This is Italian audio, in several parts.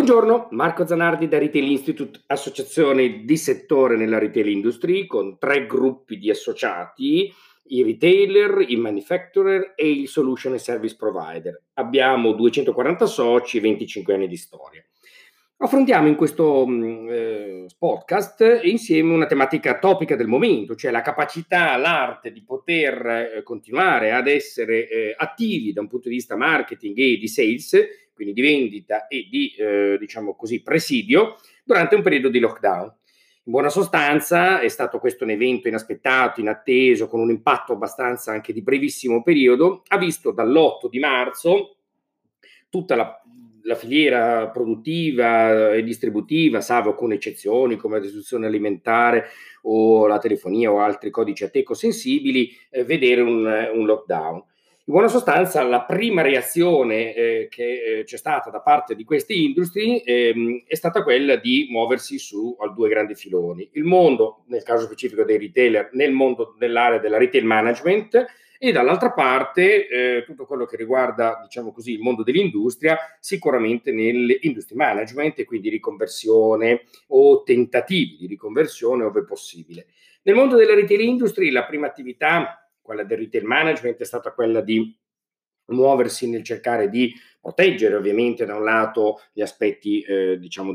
Buongiorno, Marco Zanardi da Retail Institute, associazione di settore nella retail industry con 3 gruppi di associati, i retailer, i manufacturer e il solution e service provider. Abbiamo 240 soci e 25 anni di storia. Affrontiamo in questo podcast insieme una tematica topica del momento, cioè la capacità, l'arte di poter continuare ad essere attivi da un punto di vista marketing e di sales, quindi di vendita e di, diciamo così, presidio, durante un periodo di lockdown. In buona sostanza è stato questo un evento inaspettato, inatteso, con un impatto abbastanza anche di brevissimo periodo, ha visto dall'8 di marzo tutta la filiera produttiva e distributiva, salvo alcune eccezioni come la distribuzione alimentare o la telefonia o altri codici Ateco sensibili, vedere un lockdown. In buona sostanza, la prima reazione che c'è stata da parte di queste industrie è stata quella di muoversi su a 2 grandi filoni. Il mondo, nel caso specifico dei retailer, nel mondo dell'area della retail management, e dall'altra parte tutto quello che riguarda, diciamo così, il mondo dell'industria, sicuramente nell'industry management e quindi riconversione o tentativi di riconversione ove possibile. Nel mondo della retail industry la prima attività, quella del retail management, è stata quella di muoversi nel cercare di proteggere ovviamente da un lato gli aspetti diciamo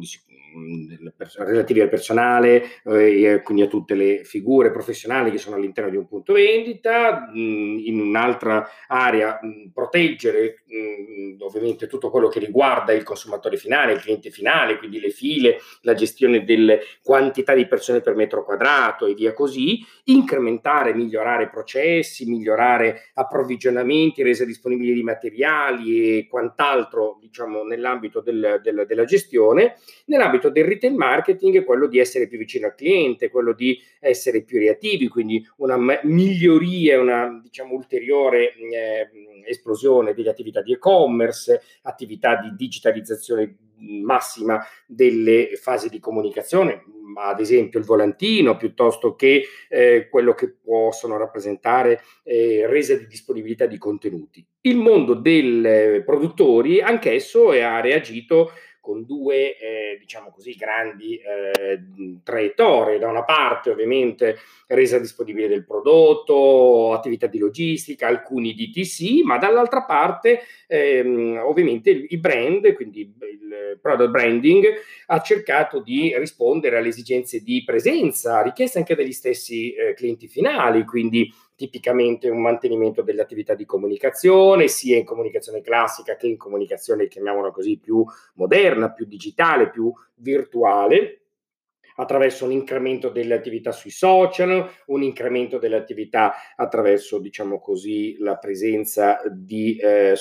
relativi al personale e quindi a tutte le figure professionali che sono all'interno di un punto vendita, in un'altra area proteggere ovviamente tutto quello che riguarda il consumatore finale, il cliente finale, quindi le file, la gestione delle quantità di persone per metro quadrato e via così, incrementare, migliorare processi, migliorare approvvigionamenti, resa disponibile di materiali e quant'altro, diciamo, nell'ambito della gestione. Nell'ambito del retail marketing è quello di essere più vicino al cliente, quello di essere più reattivi, quindi una miglioria, una, diciamo, ulteriore esplosione delle attività di e-commerce, attività di digitalizzazione massima delle fasi di comunicazione, ad esempio il volantino, piuttosto che quello che possono rappresentare resa di disponibilità di contenuti. Il mondo dei produttori anch'esso ha reagito con 2, diciamo così, grandi traiettorie. Da una parte ovviamente resa disponibile del prodotto, attività di logistica, alcuni DTC, ma dall'altra parte ovviamente i brand, quindi il product branding, ha cercato di rispondere alle esigenze di presenza richieste anche dagli stessi clienti finali, quindi tipicamente un mantenimento delle attività di comunicazione, sia in comunicazione classica che in comunicazione, chiamiamola così, più moderna, più digitale, più virtuale, attraverso un incremento delle attività sui social, un incremento delle attività attraverso, diciamo così, la presenza di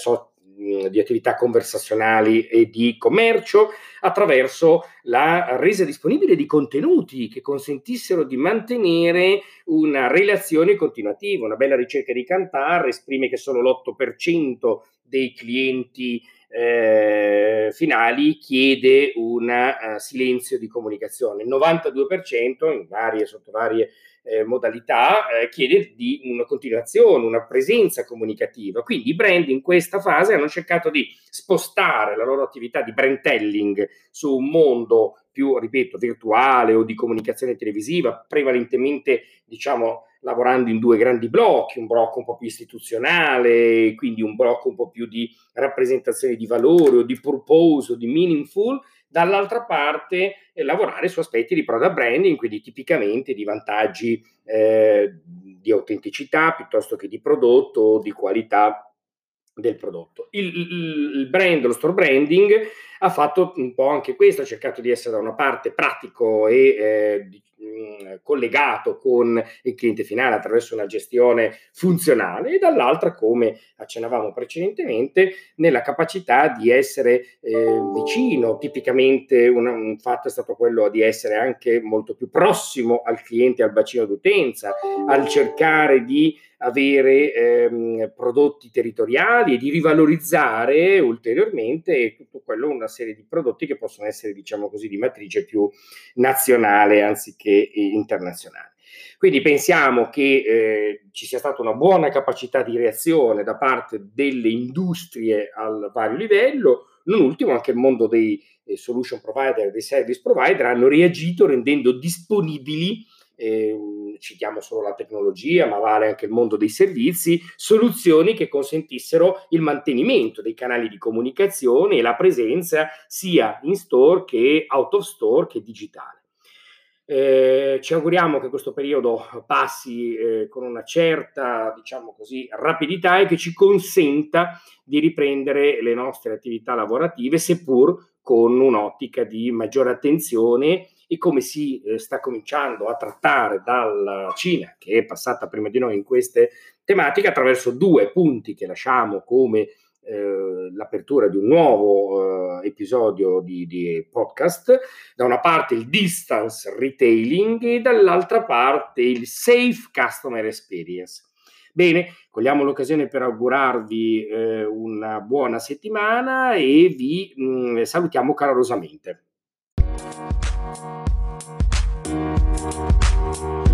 attività conversazionali e di commercio, attraverso la resa disponibile di contenuti che consentissero di mantenere una relazione continuativa. Una bella ricerca di Kantar esprime che solo l'8% dei clienti finali chiede un silenzio di comunicazione. Il 92% sotto varie modalità chiede di una continuazione, una presenza comunicativa. Quindi i brand in questa fase hanno cercato di spostare la loro attività di brand telling su un mondo più, ripeto, virtuale o di comunicazione televisiva, prevalentemente, diciamo, lavorando in 2 grandi blocchi, un blocco un po' più istituzionale, quindi un blocco un po' più di rappresentazione di valore o di purpose o di meaningful, dall'altra parte lavorare su aspetti di product branding, quindi tipicamente di vantaggi di autenticità piuttosto che di prodotto o di qualità del prodotto. Il brand, lo store branding ha fatto un po' anche questo, ha cercato di essere da una parte pratico e collegato con il cliente finale attraverso una gestione funzionale e dall'altra, come accennavamo precedentemente, nella capacità di essere vicino. Tipicamente un fatto è stato quello di essere anche molto più prossimo al cliente, al bacino d'utenza, al cercare di avere prodotti territoriali e di rivalorizzare ulteriormente tutto quello, una serie di prodotti che possono essere, diciamo così, di matrice più nazionale anziché internazionale. Quindi pensiamo che ci sia stata una buona capacità di reazione da parte delle industrie al vario livello, non ultimo anche il mondo dei solution provider e dei service provider hanno reagito rendendo disponibili, citiamo solo la tecnologia, ma vale anche il mondo dei servizi, soluzioni che consentissero il mantenimento dei canali di comunicazione e la presenza sia in store che out of store che digitale. Ci auguriamo che questo periodo passi con una certa, diciamo così, rapidità e che ci consenta di riprendere le nostre attività lavorative, seppur con un'ottica di maggiore attenzione e come si sta cominciando a trattare dalla Cina, che è passata prima di noi in queste tematiche, attraverso due punti che lasciamo come l'apertura di un nuovo episodio di podcast. Da una parte il distance retailing e dall'altra parte il safe customer experience. Bene, cogliamo l'occasione per augurarvi una buona settimana e vi salutiamo calorosamente.